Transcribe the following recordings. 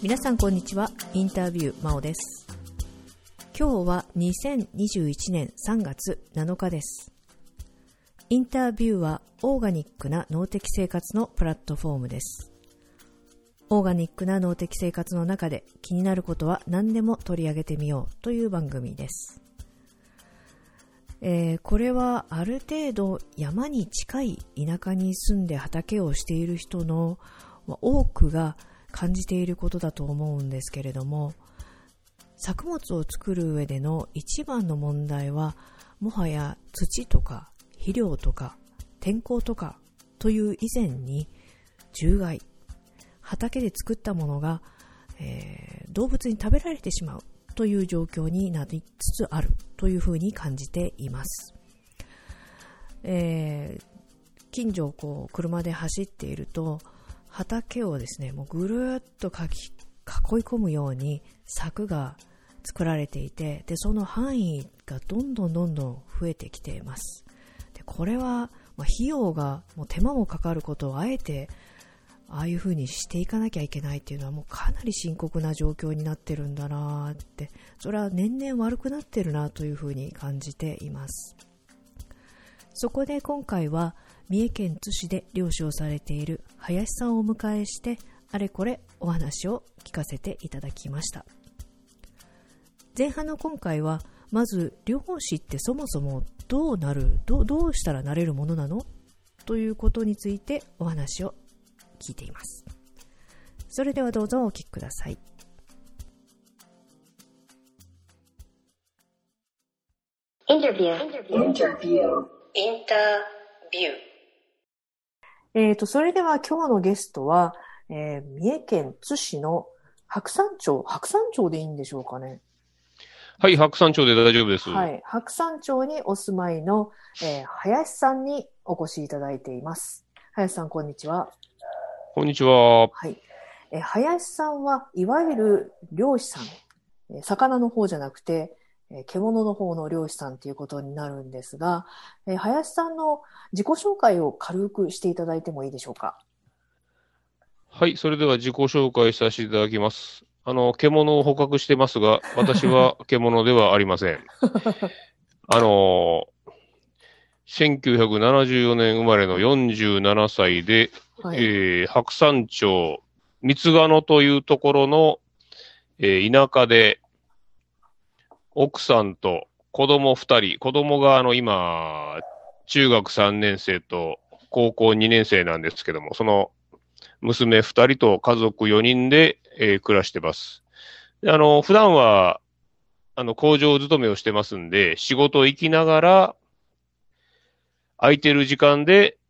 皆さんこんにちは。インタビュー真央です。今日は2021年3月7日です。インタビューはオーガニックな脳的生活のプラットフォームです。オーガニックな脳的生活の中で気になることは何でも取り上げてみようという番組です。これはある程度山に近い田舎に住んで畑をしている人の多くが感じていることだと思うんですけれども、作物を作る上での一番の問題はもはや土とか肥料とか天候とかという以前に獣害、畑で作ったものが、動物に食べられてしまうという状況になりつつあるというふうに感じています。近所を車で走っていると畑をですね、もうぐるっと囲い込むように柵が作られていて、でその範囲がどんどん増えてきています。でこれは、費用がもう手間もかかることをあえてああいう風にしていかなきゃいけないっていうのはもうかなり深刻な状況になってるんだなって、それは年々悪くなってるなという風に感じています。そこで今回は三重県津市で漁師をされている林さんをお迎えしてあれこれお話を聞かせていただきました。前半の今回はまず漁師ってそもそもどうしたらなれるものなのということについてお話を聞いています。それではどうぞお聞きください。 インタビュー。 それでは今日のゲストは、三重県津市の白山町でいいんでしょうかね。 はい、白山町で大丈夫です。 はい、白山町にお住まいの、林さんにお越しいただいています。林さん、こんにちは。 こんにちは。 はい。林さんはいわゆる漁師さん、魚の方じゃなくて、獣の方の漁師さんということになるんですが、林さんの自己紹介を軽くしていただいてもいいでしょうか。 はい、それでは自己紹介させていただきます。獣を捕獲してますが、私は獣ではありません。1974年生まれの47歳で、 はい、 白山町三つヶ野というところの、田舎で奥さんと子供2人、子供が今中学3年生と高校2年生なんですけども、その娘2人と家族4人で、暮らしてます。で普段は工場勤めをしてますんで、仕事行きながら空いてる時間で、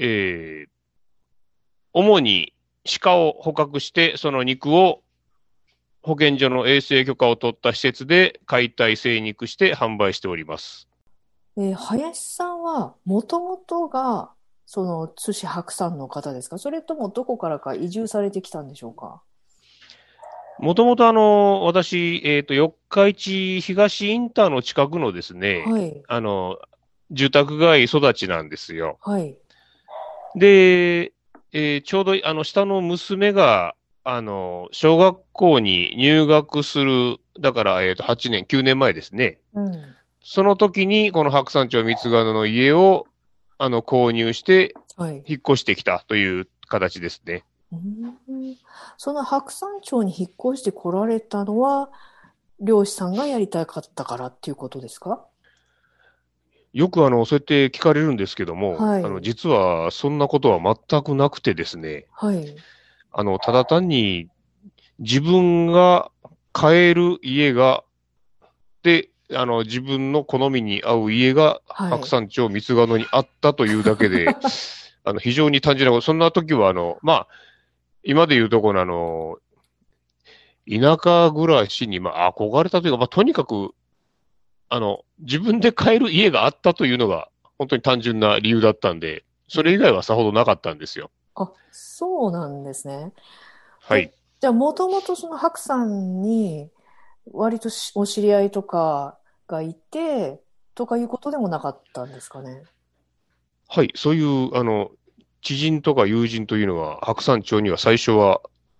主に鹿を捕獲して、その肉を保健所の衛生許可を取った施設で解体精肉して販売しております。 林さんはもともとがその津市白山の方ですか？それともどこからか移住されてきたんでしょうか？ もともと私、四日市東インターの近くのですね、 はい、 住宅街育ちなんですよ。 はい。 で、ちょうど下の娘が、小学校に入学する、だから、8年、9年前ですね。 うん。 その時に、この白山町三つヶ野の家を、購入して、 はい。 引っ越してきたという形ですね。 その白山町に引っ越してこられたのは、漁師さんがやりたかったからっていうことですか？ よくそうやって聞かれるんですけども、 はい。 実はそんなことは全くなくてですね、 はい。 ただ単に自分が買える家が、で、自分の好みに合う家がはい。 白山町三つヶ野にあったというだけで、非常に単純なこと、そんな時は今で言うとこの田舎暮らしに憧れたというか、とにかく、自分で買える家があったというのが本当に単純な理由だったんで、それ以外はさほどなかったんですよ。 あ、そうなんですね。 はい。 じゃあ、もともとその白山に割とお知り合いとかがいて、とかいうことでもなかったんですかね。 はい。そういう、知人とか友人というのは白山町には最初は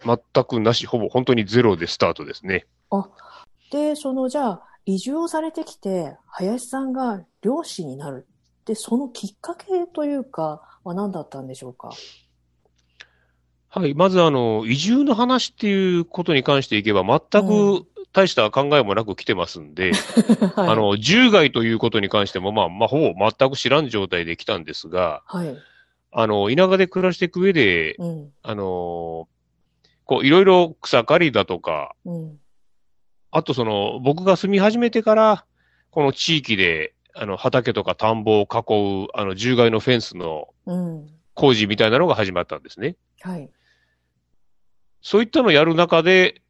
全くなし、ほぼ本当にゼロでスタートですね。 で、じゃあ、移住をされてきて、林さんが漁師になる。で、そのきっかけというか、は何だったんでしょうか？ はい。まず、移住の話っていうことに関していけば、全うん。 く大した考えもなく来てますんで、 はい。 獣害ということに関しても、ほぼ全く知らん状態で来たんですが、 はい。 田舎で暮らしていく上で、 うん。 いろいろ草刈りだとか、 うん。 あと僕が住み始めてから、この地域で、畑とか田んぼを囲う、獣害のフェンスのうん。 工事みたいなのが始まったんですね。 はい。 そういったのをやる中で、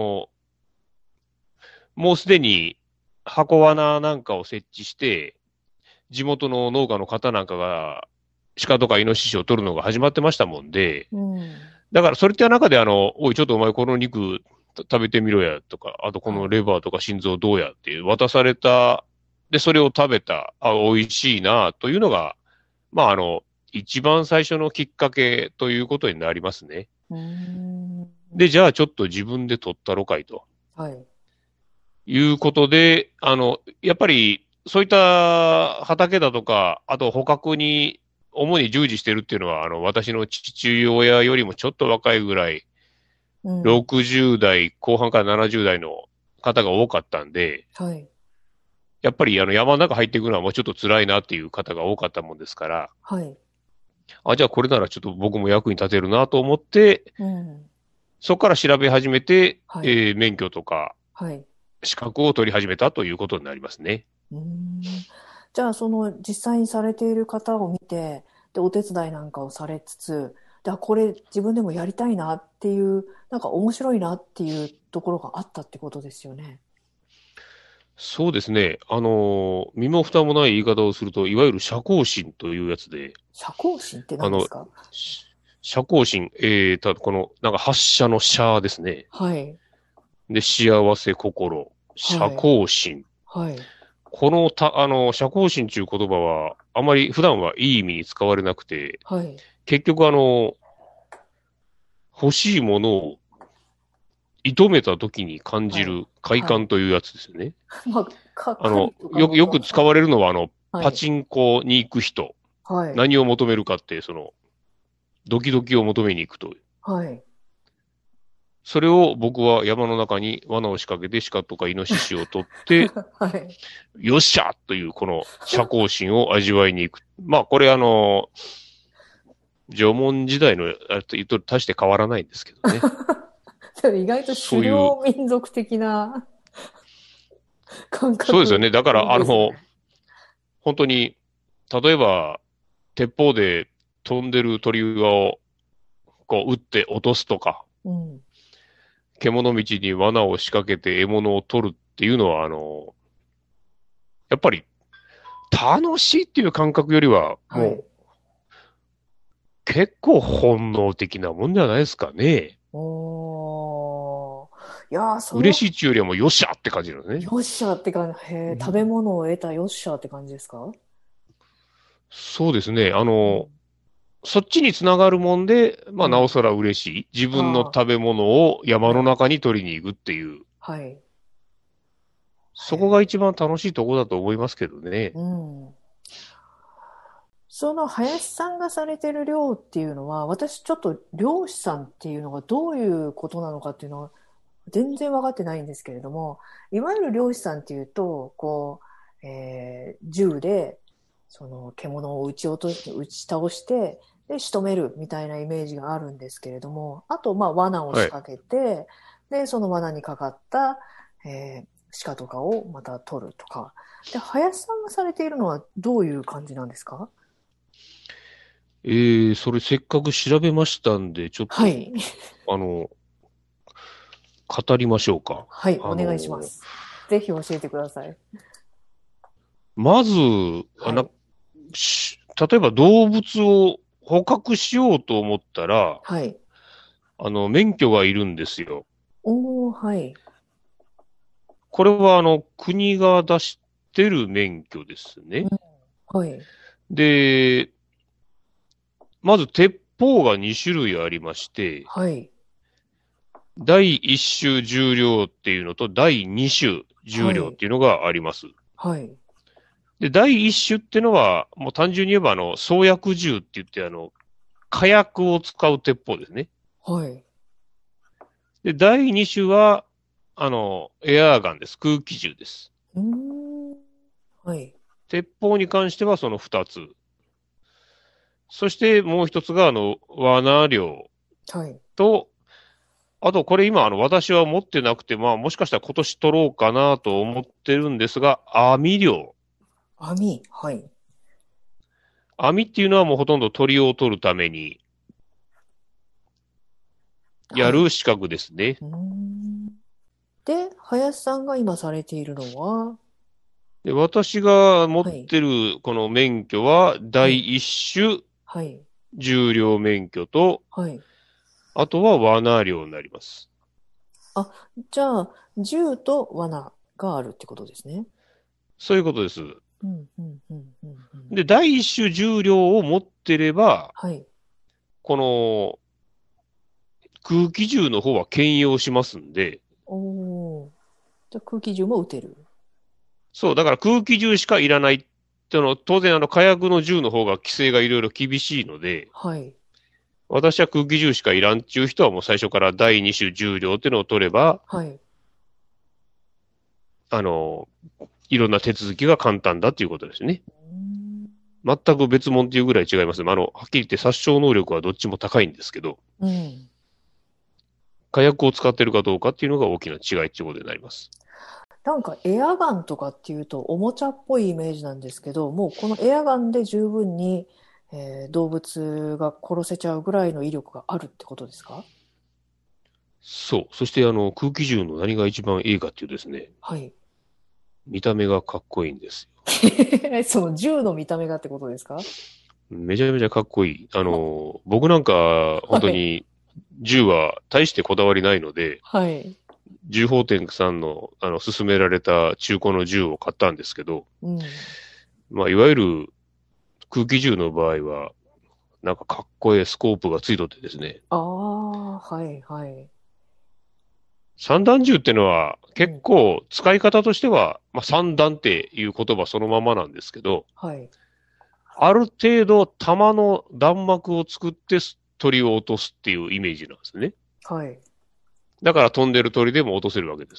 もうすでに箱罠なんかを設置して、地元の農家の方なんかが鹿とかイノシシを取るのが始まってましたもんで、 うん。 だからそれって中でおいちょっとお前この肉食べてみろやとか、あとこはい。 のレバーとか心臓どうやって渡された、で、それを食べた、美味しいなというのが、まあ一番最初のきっかけということになりますね。 うーん。 で、じゃあちょっと自分で取ったろかいと。 はい。 いうことで、やっぱり、そういった畑だとか、あと捕獲に主に従事してるっていうのは、私の父親よりもちょっと若いぐらい、 うん。 60代後半から70代の方が多かったんで、 はい。 やっぱり山の中入っていくのはもうちょっと辛いなっていう方が多かったもんですから、 はい。 じゃあこれならちょっと僕も役に立てるなと思って、 うん。 そこから調べ始めて、 はい。 免許とかはい。 資格を取り始めたということになりますね。 うーん。じゃあ、実際にされている方を見て、で、お手伝いなんかをされつつ、で、これ自分でもやりたいなっていう、なんか面白いなっていうところがあったってことですよね。 そうですね。身も蓋もない言い方をすると、いわゆる社交心というやつで、 社交心ってあの、 何ですか？ 社交心、この、なんか発射の社ですね。 はい。 で、幸せ心、社はい。 交心。 はい。 この社交心という言葉は、あまり普段はいい意味に使われなくて、 はい。 結局欲しいものを射止めた時に感じはい。 る快はい。 感というやつですよね。 まあ、狩りとかのよく使われるのは、パはい。 チンコに行く人。 はい。 何を求めるかって、ドキドキを求めに行くと。 はい。 それを僕は山の中に罠を仕掛けて鹿とかイノシシを取って、 はい。 よっしゃというこの社交心を味わいに行く。これ縄文時代のあれと言うと大して変わらないんですけどね。 それ意外と狩そういう、 猟民族的な感覚そうですよね。だからですよね。 本当に、例えば、鉄砲で飛んでる鳥を撃って落とすとか、 うん。 獣道に罠を仕掛けて獲物を取るっていうのは、やっぱり楽しいっていう感覚よりは、 はい。 結構本能的なもんじゃないですかね。 おー。いやー、 嬉しいっていうよりはもうよっしゃって感じなんですね。 よっしゃって感じ、へー、食べ物を得たよっしゃって感じですか？ そうですね。 うん。 そっちにつながるもんで、なおうん。 さら嬉しい。自分のあ食べ物をあ、 山のはい。 中に取りに行くっていう。 はい。へそこが一ー。 番楽しいところだと思いますけどね。 うん。その林さんがされてる漁っていうのは、私ちょっと漁師さんっていうのがどういうことなのかっていうのは全然分かってないんですけれども、いわゆる漁師さんっていうと、銃でその獣を撃ち倒して、で、仕留めるみたいなイメージがあるんですけれども、あと、まあ、罠をはい。 仕掛けて、で、その罠にかかった、鹿とかをまた取るとか。で、林さんがされているのはどういう感じなんですか？ それせっかく調べましたんで、ちょっと、 はい。 あの、語りましょうか。 はい、おあ願いしまの、 す。ぜひ教えてください。 まず、 はい。 例えば動物を捕獲しようと思ったら、 はい。 免許がいるんですよ。 おー、はい。 これは国が出してる免許ですね。 うん、はい。 で、まず鉄砲が2種類ありまして、 はい。 第1種重量っていうのと第2種重量っていうのがあります。 はい。 で、第1種っていうのは、もう単純に言えば、創薬銃って言って、火薬を使う鉄砲ですね。 はい。 で、第2種は、エアーガンです。空気銃です。 うーん。はい。 鉄砲に関してはその2つ。そしてもう一つが、罠猟はい。 と、あとこれ今、私は持ってなくて、まあ、もしかしたら今年取ろうかなと思ってるんですが、網漁。 網。はい。 網っていうのはもうほとんど鳥を取るためにやはい。 る資格ですね。 うーん。で、林さんが今されているのは、 で、私が持っはい。 てるこの免許は、 はい。 第一種はい。 重量免許と、 はい。 あとは罠漁になります。 あ、じゃあ、銃と罠があるってことですね。 そういうことです。 うん、うん、うん、うん、うん。 で、第一種重量を持ってれば、 はい。 この空気銃の方は兼用しますんで、 おー。じゃあ空気銃も撃てる。 そう、だから空気銃しかいらないっての、当然火薬の銃の方が規制がいろいろ厳しいので、 はい。 私は空気銃しかいらんっていう人はもう最初から第二種重量っていうのを取れば、 はい。 あの、いろんな手続きが簡単だっていうことですね。 うーん。 全く別物っていうぐらい違います。はっきり言って殺傷能力はどっちも高いんですけど、 うん。 火薬を使ってるかどうかっていうのが大きな違いっていうことになります。 なんかエアガンとかっていうとおもちゃっぽいイメージなんですけど、もうこのエアガンで十分に、動物が殺せちゃうぐらいの威力があるってことですか？ そう。そして空気銃の何が一番いいかっていうとですね、 はい。 見た目がかっこいいんですよ。 その銃の見た目がってことですか？ めちゃめちゃかっこいい。僕なんか本はい。 当に銃は大してこだわりないので、 はい。 銃砲店さんの勧められた中古の銃を買ったんですけど、 うん。 まあいわゆる空気銃の場合は、なんかかっこええスコープがついとってですね、 ああ、はいはい。 散弾銃ってのは結うん。 構使い方としては、まあ散弾っていう言葉そのままなんですけど、 はい。 ある程度弾の弾幕を作って鳥を落とすっていうイメージなんですね。 はい。 だから飛んでる鳥でも落とせるわけです。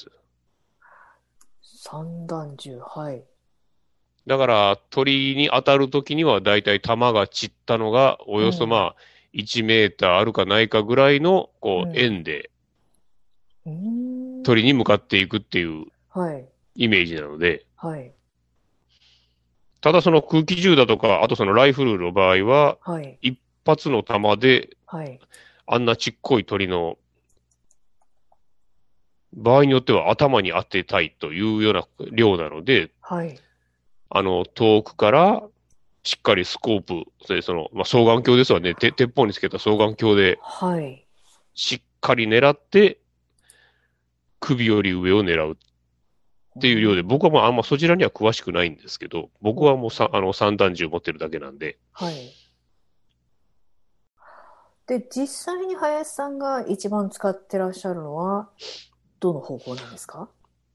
散弾銃。はい。 だから鳥に当たるときにはだいたい弾が散ったのがおよそまうん。 あ1メーターあるかないかぐらいのこううん。 円でうーん。 鳥に向かっていくっていうはい。 イメージなので、 はい。 ただその空気銃だとか、あとそのライフルの場合は、 はい。 一発の弾ではい。 あんなちっこい鳥の場合によっては頭に当てたいというような量なので、 はい。 遠くからしっかりスコープ、まあ、双眼鏡ですわね。鉄砲につけた双眼鏡ではい。 しっかり狙って首より上を狙うっうていう量で、 ん。 僕はもうあんまそちらには詳しくないんですけど、僕ほうはもうさ、 ほうほう。 散弾銃持ってるだけなんで、 はい。で、実際に林さんが一番使ってらっしゃるのは、どの方法なんですか？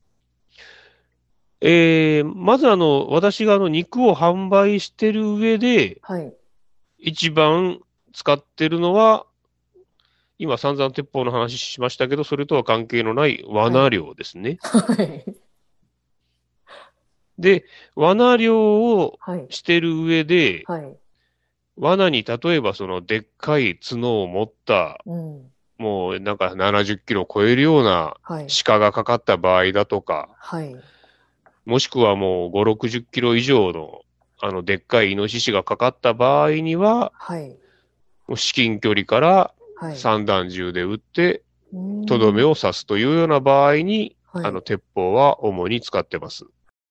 まず私が肉を販売してる上で、 はい。 一番使ってるのは、今散々鉄砲の話しましたけど、それとは関係のないはい。 罠猟ですね。 はい。 で、罠猟をはい。 してる上で、 はい。 罠に例えばそのでっかい角を持った、 うん。 もうなんか70キロ超えるようなはい。 鹿がかかった場合だとか、 はい。 もしくはもう5、60キロ以上のでっかいイノシシがかかった場合には、 はい。 もう至近距離からはい。 散弾銃で撃って、 うーとどめん。 を刺すというような場合に、 はい。 鉄砲は主に使ってます。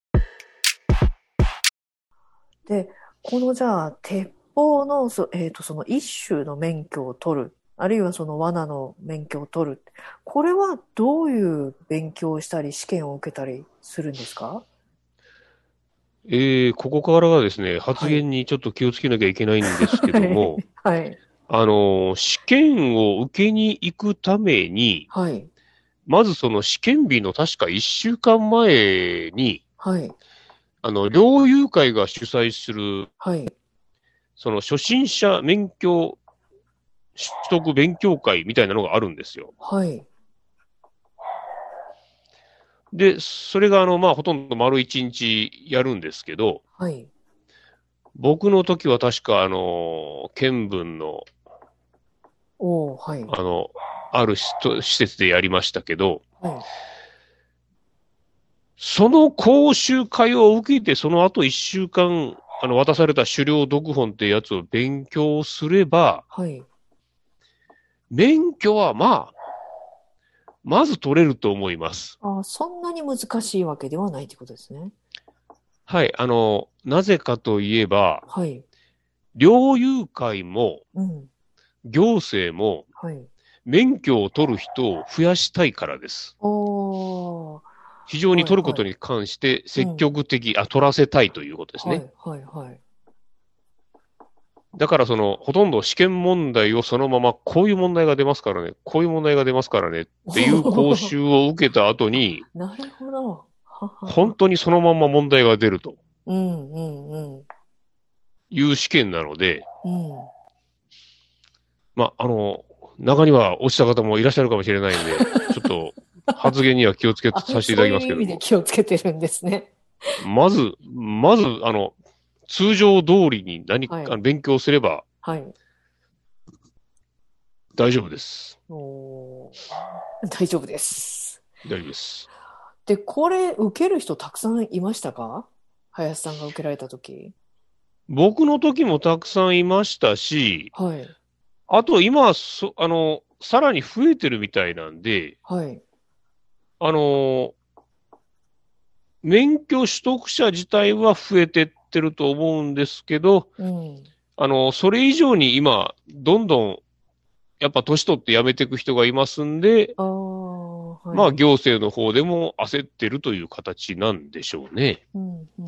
で、このじゃあ、鉄砲の、その一種の免許を取る、あるいはその罠の免許を取る。これはどういう勉強をしたり、試験を受けたりするんですか？ ここからがですね、発はい。 言にちょっと気をつけなきゃいけないんですけはい。 ども、 はい。 試験を受けに行くために、 はい。 まずその試験日の確か1週間前に、 はい。 猟友会が主催する、 はい。 その初心者免許取得勉強会みたいなのがあるんですよ。 はい。 で、それがまあ、ほとんど丸一日やるんですけど、 はい。 僕の時は確か県分の、 おー、はい。 あの、ある施設でやりましたけど、 はい。 その講習会を受けて、その後一週間、渡された狩猟読本ってやつを勉強すれば、 はい。 免許はまあ、まず取れると思います。 あ、そんなに難しいわけではないってことですね。 はい。なぜかといえば、 はい。 猟友会もうん。 行政もはい。 免許を取る人を増やしたいからです。 おー、 非常にはい、 取るこはい。 とに関して積うん。 極的、取らせたいということですね。 はい、はい、はい。 だからほとんど試験問題をそのまま、こういう問題が出ますからね、こういう問題が出ますからねっていう講おー、 習を受けた後に、 なるほど。ははは。 本当にそのまま問題が出るとうん、うん、うん。 いう試験なので、 うん。 まあ、中には落ちた方もいらっしゃるかもしれないんで、ちょっと発言には気をつけあ、 させていたそういうだきますけども、 意味で気をつけてるんですね。 まず、通常通りにはい。 勉強すればはい。 大丈夫です。 おー、大丈夫です。 大丈夫です。 で、これ、受ける人たくさんいましたか？林さんが受けられたとき。 僕の時もたくさんいましたし、 はい。 あと今、さらに増えてるみたいなんで、 はい。 あの、免許取得者自体は増えてってると思うんですけど、 うん。 それ以上に今、どんどん、やっぱ年取って辞めていく人がいますんで、 ああ、はまあい。 行政の方でも焦ってるという形なんでしょうね。 うん、うん、うん。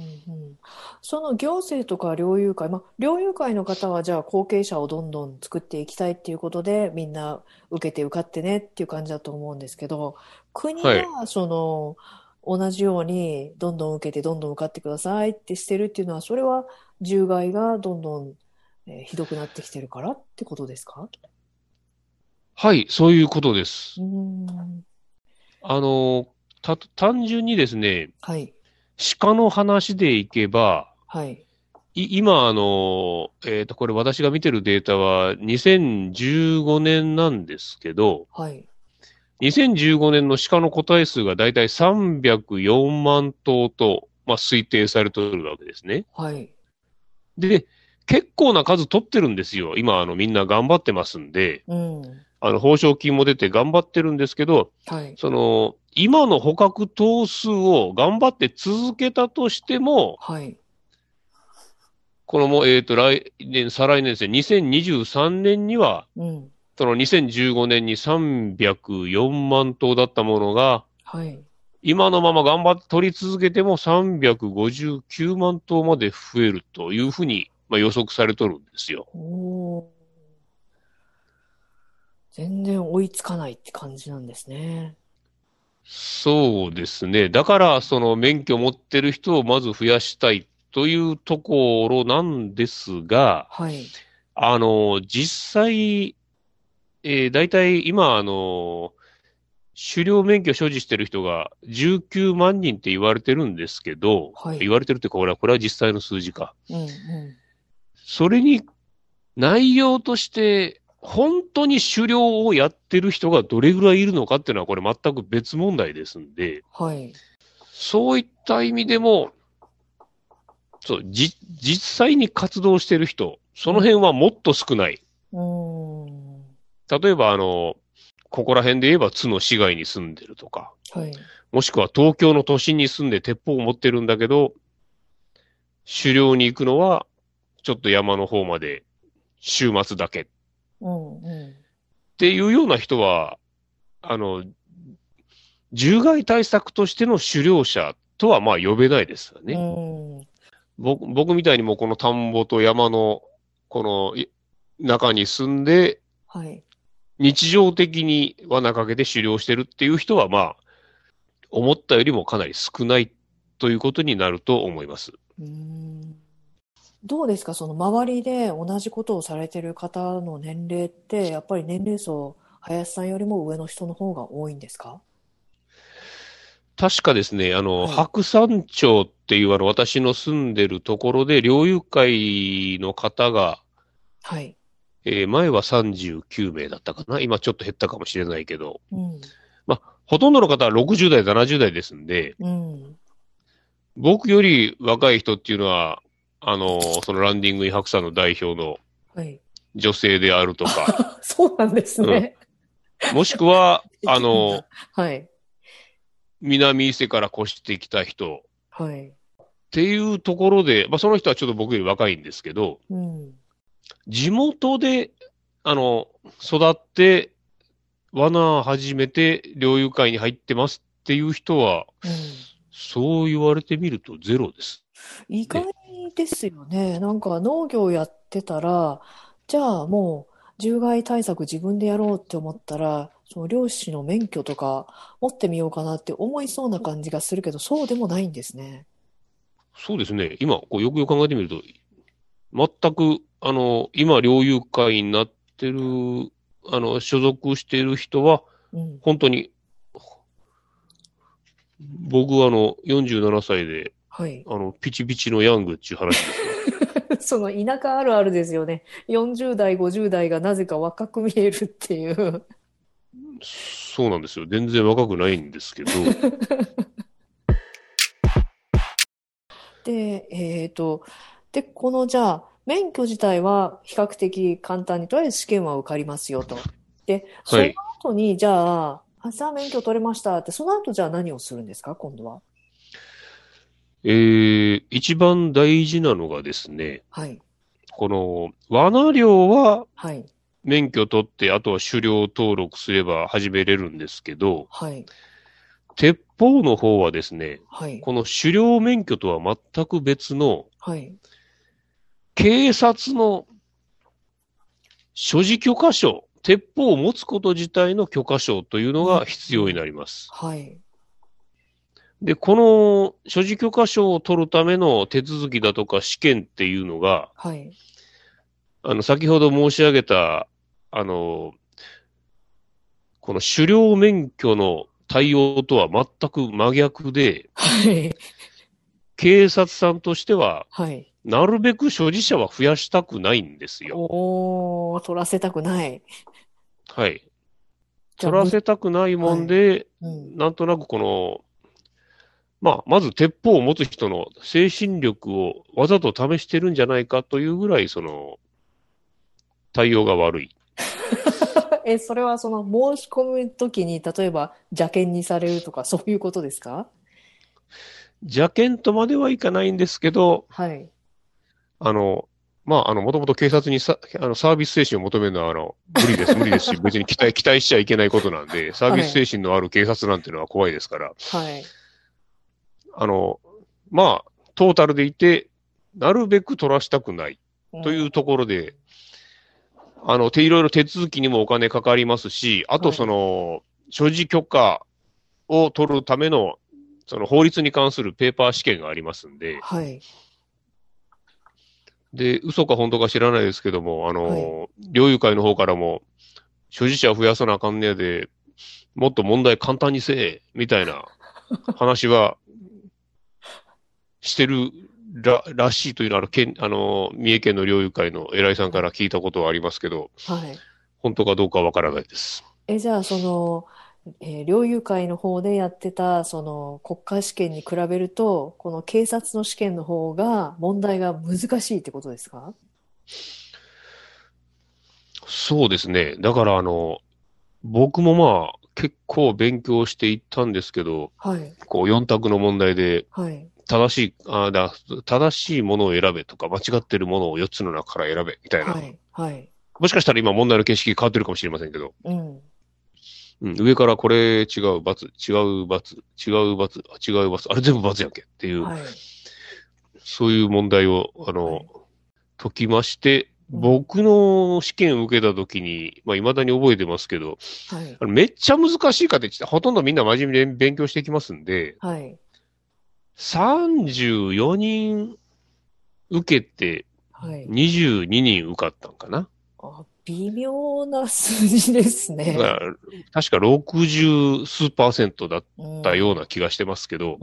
その行政とか猟友会、まあ、猟友会の方はじゃあ後継者をどんどん作っていきたいっていうことで、みんな受けて受かってねっていう感じだと思うんですけど、国はい。 が同じようにどんどん受けてどんどん受かってくださいってしてるっていうのは、それは獣害がどんどんひどくなってきてるからってことですか？ はい、そういうことでうーす。 ん。 あの、単純にですね、 はい。 鹿の話でいけば、 はい。 今、これ私が見てるデータは2015年なんですけど、 はい。 2015年の鹿の個体数がだいたい304万頭と、まあ、推定されているわけですね。 はい。 で、結構な数取ってるんですよ。今、みんな頑張ってますんで、 うん。 報奨金も出て頑張ってるんですけど、 はい。 今の捕獲頭数を頑張って続けたとしても、 はい。 このもう、来年、再来年ですね、2023年には、 うん。 その2015年に304万頭だったものが、 はい。 今のまま頑張って取り続けても359万頭まで増えるというふうに、まあ、予測されとるんですよ。 おー。全然追いつかないって感じなんですね。 そうですね。だから、その免許を持ってる人をまず増やしたいというところなんですが、 はい。 実際、大体今、狩猟免許所持してる人が19万人って言われてるんですけど、 はい。 言われてるっていうか、これは実際の数字か。 うん、うそれに内容として、本当に狩猟をやってる人がどれぐらいいるのかっていうのはこれ全く別問題ですんで、 ん。はい。 そういった意味でも、実際に活動してる人、そうん。 の辺はもっと少ない。 うーん。 例えばここら辺で言えば津の市街に住んでるとか、 はい。 もしくは東京の都心に住んで鉄砲を持ってるんだけど、狩猟に行くのはちょっと山の方まで週末だけっうん、うていうような人は、あの、獣害対策としての狩猟者とはまあ呼べないですよん。 ね。 うん。 僕みたいにもこの田んぼと山の、この中に住んで、 はい。 日常的に罠かけて狩猟してるっていう人は、まあ、思ったよりもかなり少ないということになると思います。 うーん。どうですか、その周りで同じことをされてる方の年齢って、やっぱり年齢層、林さんよりも上の人の方が多いんですか？ 確かですね、 はい。 白山町っていう私の住んでるところで、猟友会の方が、 はい。 前は39名だったかな。今ちょっと減ったかもしれないけど、 うん。 まあ、ほとんどの方は60代、70代ですんで、 うん。 僕より若い人っていうのは、そのランディングイ白山の代表のはい。 女性であるとか、 そうなんですうん。 ね。 もしくは、 できるんだ。はい。 南伊勢から越してきた人はい。 っていうところで、まあ、その人はちょっと僕より若いんですけど、 うん。 地元で、育って、罠始めて、猟友会に入ってますっていう人は、 うん。 そう言われてみるとゼロです意外ね。 ですよね。なんか農業やってたら、じゃあもう獣害対策自分でやろうって思ったら、その漁師の免許とか持ってみようかなって思いそうな感じがするけど、そうでもないんですね。 そうですね。今、こうよくよく考えてみると、全く、今、猟友会になってる、所属している人は、 うん。 本当に、僕は47歳で、 はい。 ピチピチのヤングっていう話ですわ。 その田舎あるあるですよね。40代、50代がなぜか若く見えるっていう。 そうなんですよ。全然若くないんですけど、 で、で、このじゃあ、免許自体は比較的簡単に、とりあえず試験は受かりますよと。で、そのはい。 後に、じゃあ、さあ免許取れましたって、その後じゃあ何をするんですか、今度は。 一番大事なのがですね、 はい。 この、罠猟ははい。 免許取って、あとは狩猟登録すれば始めれるんですけど、 はい。 鉄砲の方はですね、 はい。 この狩猟免許とは全く別の、 はい。 警察の所持許可証、鉄砲を持つこと自体の許可証というのうん。 が必要にうん。 なります。 はい。 で、この所持許可証を取るための手続きだとか試験っていうのが、 はい。 先ほど申し上げた、あの、この狩猟免許の対応とは全く真逆で、 はい。 警察さんとしては、 はい。 なるべく所持者は増やしたくないんですよ。 おー、取らせたくない。 はい。 じゃあ、 取らせたくないもはい。 んで、 うん。 なんとなくこの、まあ、まず鉄砲を持つ人の精神力をわざと試してるんじゃないかというぐらい、対応が悪い。 それはその申し込むときに、例えば邪険にされるとか、そういうことですか？ 邪険とまではいかないんですけど、 はい。 あの、もともと警察にサービス精神を求めるのは、無理です、無理ですし、別に期待しちゃいけないことなんで、サービスはい。 精神のある警察なんていうのは怖いですから、 はい。 あの、トータルでいて、なるべく取らしたくないうん。 というところで、いろいろ手続きにもお金かかりますし、あとはい。 所持許可を取るための、その法律に関するペーパー試験がありますんで、 はい。 で、嘘か本当か知らないですけども、 はい。 猟友会の方からも、所持者増やさなあかんねやで、もっと問題簡単にせえ、みたいな話はしてるらしいというのは、三重県の猟友会の偉いさんはい。 から聞いたことはありますけど、 はい。 本当かどうかわからないです。 じゃあ、その、猟友会の方でやってた、その国家試験に比べると、この警察の試験の方が問題が難しいってことですか？ そうですね。だから僕も結構勉強していったんですけど、 はい。 こう4択の問題で、 はい。 正しい、正しいものを選べとか、間違ってるものを4つの中から選べ、みたいな。 はい。はい。 もしかしたら今問題の形式変わってるかもしれませんけど、 うん。 うん、上からこれ違う、×、違う、×、違う、×、違う、×、あれ全部×やんけっていう、 はい。 そういう問題を、 はい。 解きまして、 僕の試験を受けた時に、まあ、未だに覚えてますけど、 はい。 めっちゃ難しいかって言って、ほとんどみんな真面目に勉強してきますんで、 はい。 34人受けてはい。 22人受かったんかな。 微妙な数字ですね。 だから、確か60数パーセントだっうたようん。 な気がしてますけど、 うん。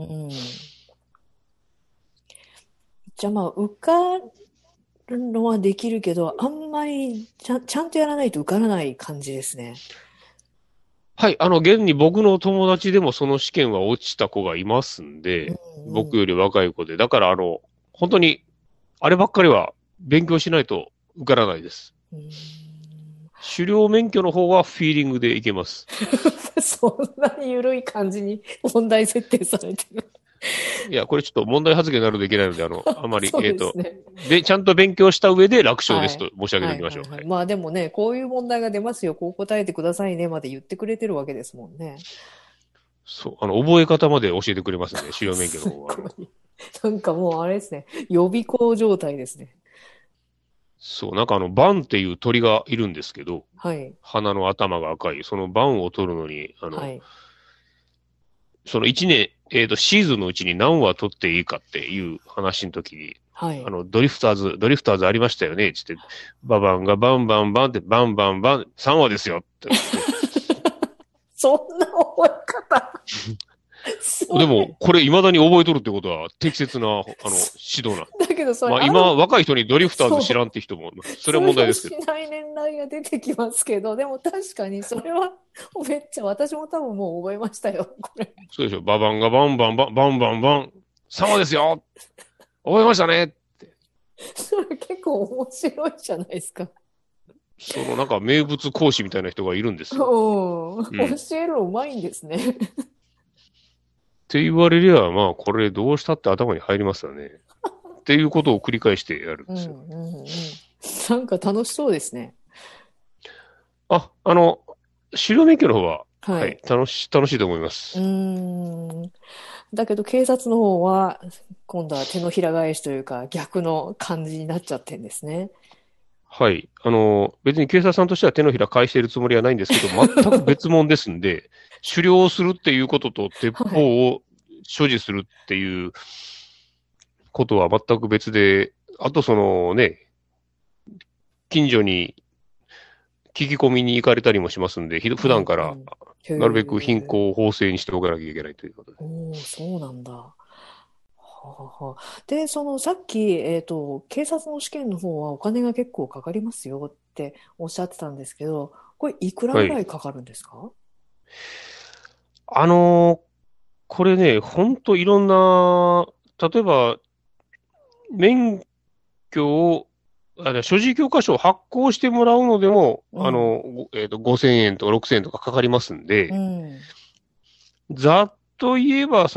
じゃあまあ、受かるのはできるけど、あんまりちゃんとやらないと受からない感じですね。 はい、現に僕の友達でもその試験は落ちた子がいますんうで、 んうん。 僕より若い子で、だから本当に、あればっかりは勉強しないと受からないです。 うーん。 狩猟免許の方はフィーリングでいけます。 そんなに緩い感じに問題設定されてる。 いや、これちょっと問題発言になるといけないので、あまり、 そうですね。 ちゃんと勉強した上で楽勝ではい。 すと申し上げてはおきましょう。 いはいはい。 はい。 まあでもね、こういう問題が出ますよ、こう答えてくださいねまで言ってくれてるわけですもんね。 そう、覚え方まで教えてくれますんで、狩猟免許のす方は。 ごい。なんかもうあれですね。予備校状態ですね。 そう、なんかバンっていう鳥がいるんですけど、 はい。 鼻の頭が赤い、そのバンを取るのに、 はい。 その1年、シーズンのうちに何話取っていいかっていう話の時に、 はい。 ドリフターズありましたよねつって、ババンがバンバンバンって、バンバンバン、3話ですよって言って、 そんな覚え方。それ。 でも、これ未だに覚えとるってことは適切な、指導な。 だけどそれ、 まあ今、若い人にドリフターズ知らんっそう。 て人も、それは通用し問題ですけど。 ない年代が出てきますけど、でも確かにそれはめっちゃ私も多分もう覚えましたよ、これ。 そうでしょ。ババンがバンバンバン、バンバンバン、3話ですよ覚えましたね。 それ結構面白いじゃないですか。 なんか名物講師みたいな人がいるんですよ。 うん。 うん。っ教えるのうまいんですね。 て言われりゃ、まあ、これどうしたって頭に入りますよね。っていうことを繰り返してやるんうんですよ。 うんうん。なんか楽しそうですね。 あ、狩猟免許の方は、はい、 はい。 楽しいと思いまうーす。 ん。だけど警察の方は、今度は手のひら返しというか逆の感じになっちゃってんですね。 はい。別に警察さんとしては手のひら返しているつもりはないんですけど、全く別物ですんで、狩猟するっていうことと鉄はい。 砲を所持するっていうことは全く別で、あとそのね、近所に聞き込みに行かれたりもしますんで、普段からうんうん。へなるべく貧え。 困を法制にしておかなきゃいけないということで。 おお、そうなんだ。はあはあ。で、そのさっき、警察の試験の方はお金が結構かかりますよっておっしゃってたんですけど、これいくらぐらはい。 いかかるんですか？ あのーこれね、ほんといろんな、例えば、免許を、所持教科書を発行してもらうのでも、 うん。 5000円とか6000円とかかかりますんうで、 ん。 ざっと言えば、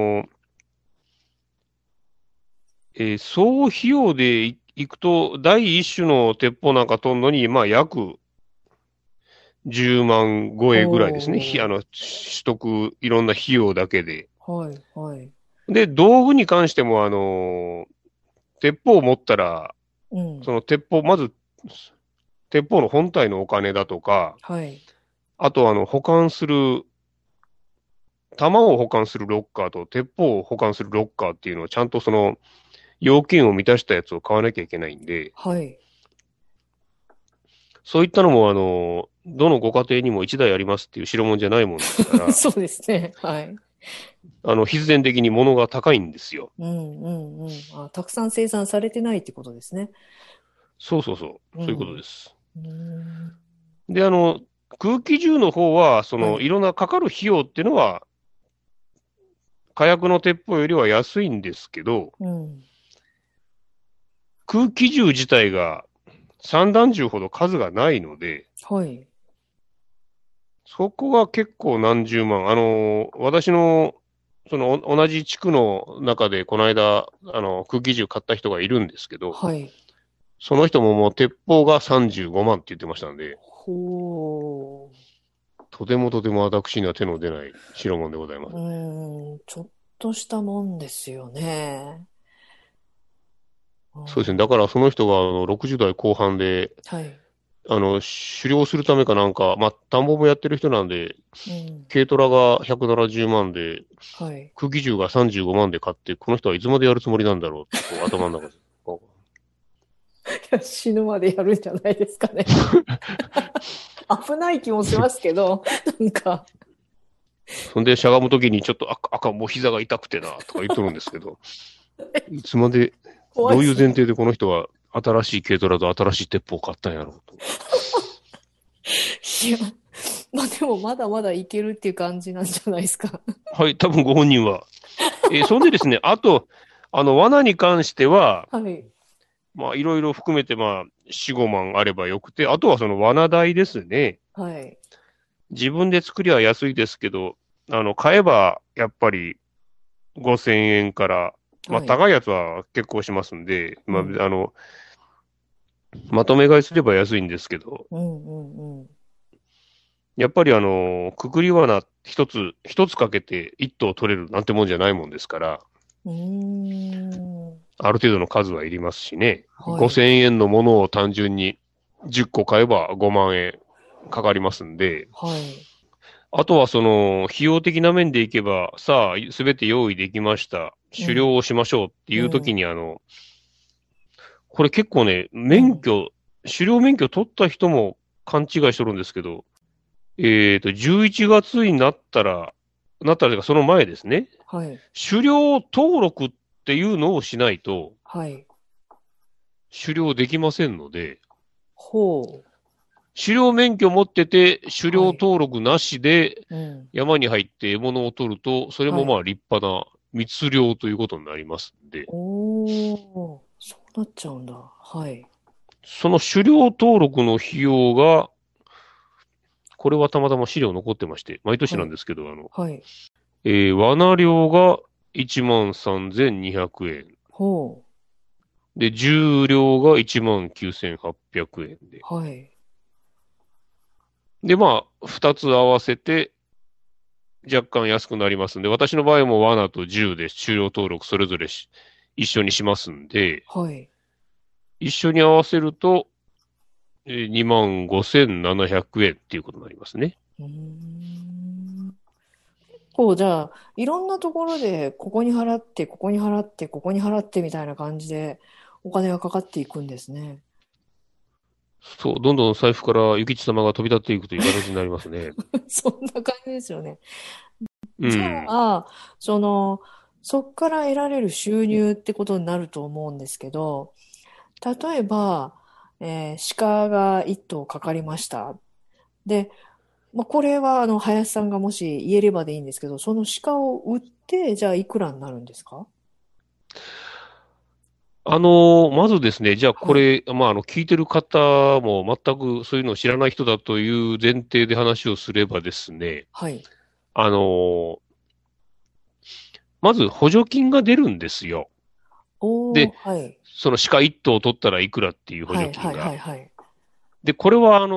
総費用でいくと、第一種の鉄砲なんか取るのに、まあ、約10万超おえぐらいですね。 お。 取得、いろんな費用だけで。 はい、はい。 で、道具に関しても、鉄砲を持ったら、 うん。 そのまず、鉄砲の本体のお金だとか、 はい。 あと、弾を保管するロッカーと鉄砲を保管するロッカーっていうのをちゃんとその要件を満たしたやつを買わなきゃいけないんで、 はい。 そういったのもどのご家庭にも一台ありますっていう代物じゃないもんですから、 そうですね。はい。 必然的に物が高いんですよ。 うんうんうん。あ、たくさん生産されてないってことですね。 そうそうそう。そういうことうん。 です。 うーん。 で、空気銃の方は、 はい。 いろんなかかる費用っていうのは、火薬の鉄砲よりは安いんですけど、 うん。 空気銃自体が散弾銃ほど数がないので、 はい。 そこが結構何十万。私の、同じ地区の中で、この間、空気銃買った人がいるんですけど、 はい。 その人ももう鉄砲が35万って言ってましたんで、 ほとても私には手の出ない代物でございまう。 すね。 ちょっとしたもんですよね。 そうですね。だからその人が60代後半で、 はい。 狩猟するためかなんか、まあ、田んぼもやってる人なんで、 うん。 軽トラが170万で、 はい。 空気銃が35万で買って、この人はいつまでやるつもりなんだろうって、こう頭の中で。こういや死ぬまでやるんじゃないですかね。危ない気もしますけど、なんか。 そんでしゃがむときにちょっともう膝が痛くてな、とか言っとるんですけど、いつまで、どういう怖いですね。 前提でこの人は新しい軽トラと新しい鉄砲を買ったんやろうと。 いや、まあでもまだまだいけるっていう感じなんじゃないですか。 はい、多分ご本人は。そんでですね、あと、罠に関しては、 はい。 まあ、いろいろ含めて、まあ、4、5万あればよくて、あとはその罠代ですね。 はい。 自分で作りは安いですけど、買えば、やっぱり5000円から、まあ、 はい。 高いやつは結構しますんで、まあ、 うん。 まとめ買いすれば安いんですけど、 うんうんうん。 やっぱりくくり罠一つかけて一頭取れるなんてもんじゃないもんですから、 うーん。 ある程度の数はいりますしね。 はい。 5000円のものを単純に10個買えば5万円かかりますんで、 はい。 あとはその、費用的な面でいけば、さあ、すべて用意できました。狩猟うん。 をしましょうっていう時うん。 にこれ結構ね、 うん。 狩猟免許取った人も勘違いしとるんですけど、11月になったらというかその前ですね。 はい。 狩猟登録っていうのをしないと、 はい。 狩猟できませんので、 ほう。 狩猟免許持ってて、狩猟はい。 登録なしでうん。 山に入って獲物を取ると、それはい。 もまあ立派な密猟ということになりますんで、 おー。そうなっちゃうんだ。はい。 その狩猟登録の費用が、これはたまたま資料残ってまして、毎年はい。 なんですけど、 はい。 罠料が13,200円。 ほう。 で、重量が19,800円で。 はい。 で、まあ、二つ合わせて若干安くなりますんで、私の場合も罠と銃で狩猟登録それぞれ一緒にしますんで、 はい。 一緒に合わせると、25,700円っていうことになりますね。 うーん。こう、じゃあ、いろんなところで、ここに払って、ここに払って、ここに払ってみたいな感じで、お金がかかっていくんですね。 そう、どんどん財布から諭吉様が飛び立っていくという形になりますね。 そんな感じですよね。じゃうん。 あ、そっから得られる収入ってことになると思うんですけど、例えば、鹿が一頭かかりました。で、まあ、これは林さんがもし言えればでいいんですけど、その鹿を売って、じゃあいくらになるんですか？ まずですね、じゃあこはい。 れ、まあ、聞いてる方も全くそういうのを知らない人だという前提で話をすればですね、 はい。 あの、まず補助金が出るんですよ。で、 おー、はい。 その鹿一頭取ったらいくらっていう補はい、はい、は助金が。 い、はい。 で、これは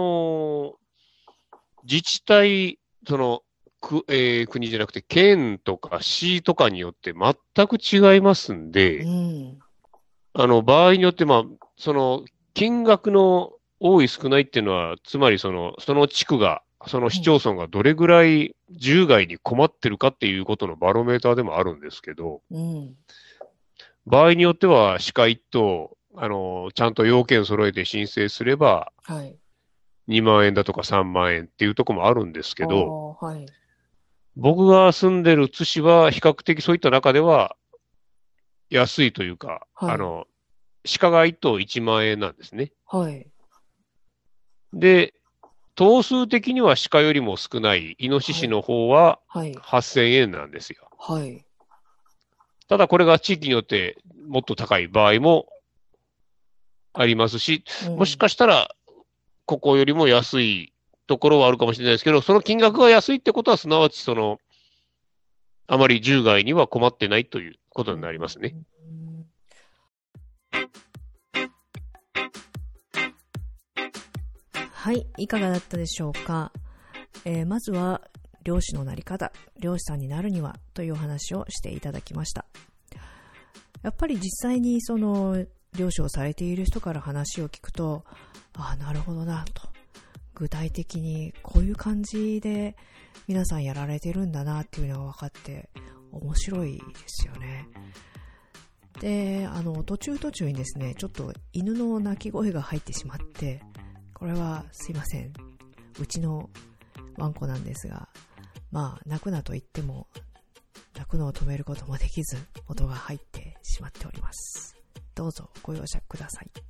自治体、国じゃなくて県とか市とかによって全く違いますんうで、 ん。 場合によって、まあ、その、金額の多い少ないっていうのは、つまりその地区が、その市町うん。 村がどれぐらい獣害に困ってるかっていうことのバロメーターでもあるんですけど、 うん。 場合によっては鹿一頭、ちゃんと要件揃えて申請すれば、 はい。 2万円だとか3万円っていうところもあるんですあけど、 あ、はい。 僕が住んでる津市は比較的そういった中では安いというか、 はい。 鹿が一頭1万円なんですね。 はい。 で、頭数的には鹿よりも少ないイノシはい。 シの方ははい。 8000円なんですよ。 はい。 ただこれが地域によってもっと高い場合もありますし、もしうん。 かしたらここよりも安いところはあるかもしれないですけど、その金額が安いってことはすなわちあまり獣害には困ってないということになりますね。 うん。はい、いかがだったでしょうか。まずは漁師のなり方、漁師さんになるにはというお話をしていただきました。やっぱり実際に漁師をされている人から話を聞くと、ああ、なるほどなと。具体的にこういう感じで皆さんやられてるんだなっていうのが分かって面白いですよね。で、途中にですね、ちょっと犬の鳴き声が入ってしまって、これはすいません。うちのワンコなんですが、まあ、鳴くなと言っても、鳴くのを止めることもできず、音が入ってしまっております。どうぞご容赦ください。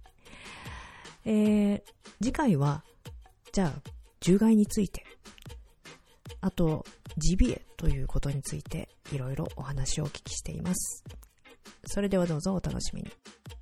次回は、じゃあ、獣害について、あと、ジビエということについて、いろいろお話をお聞きしています。それではどうぞお楽しみに。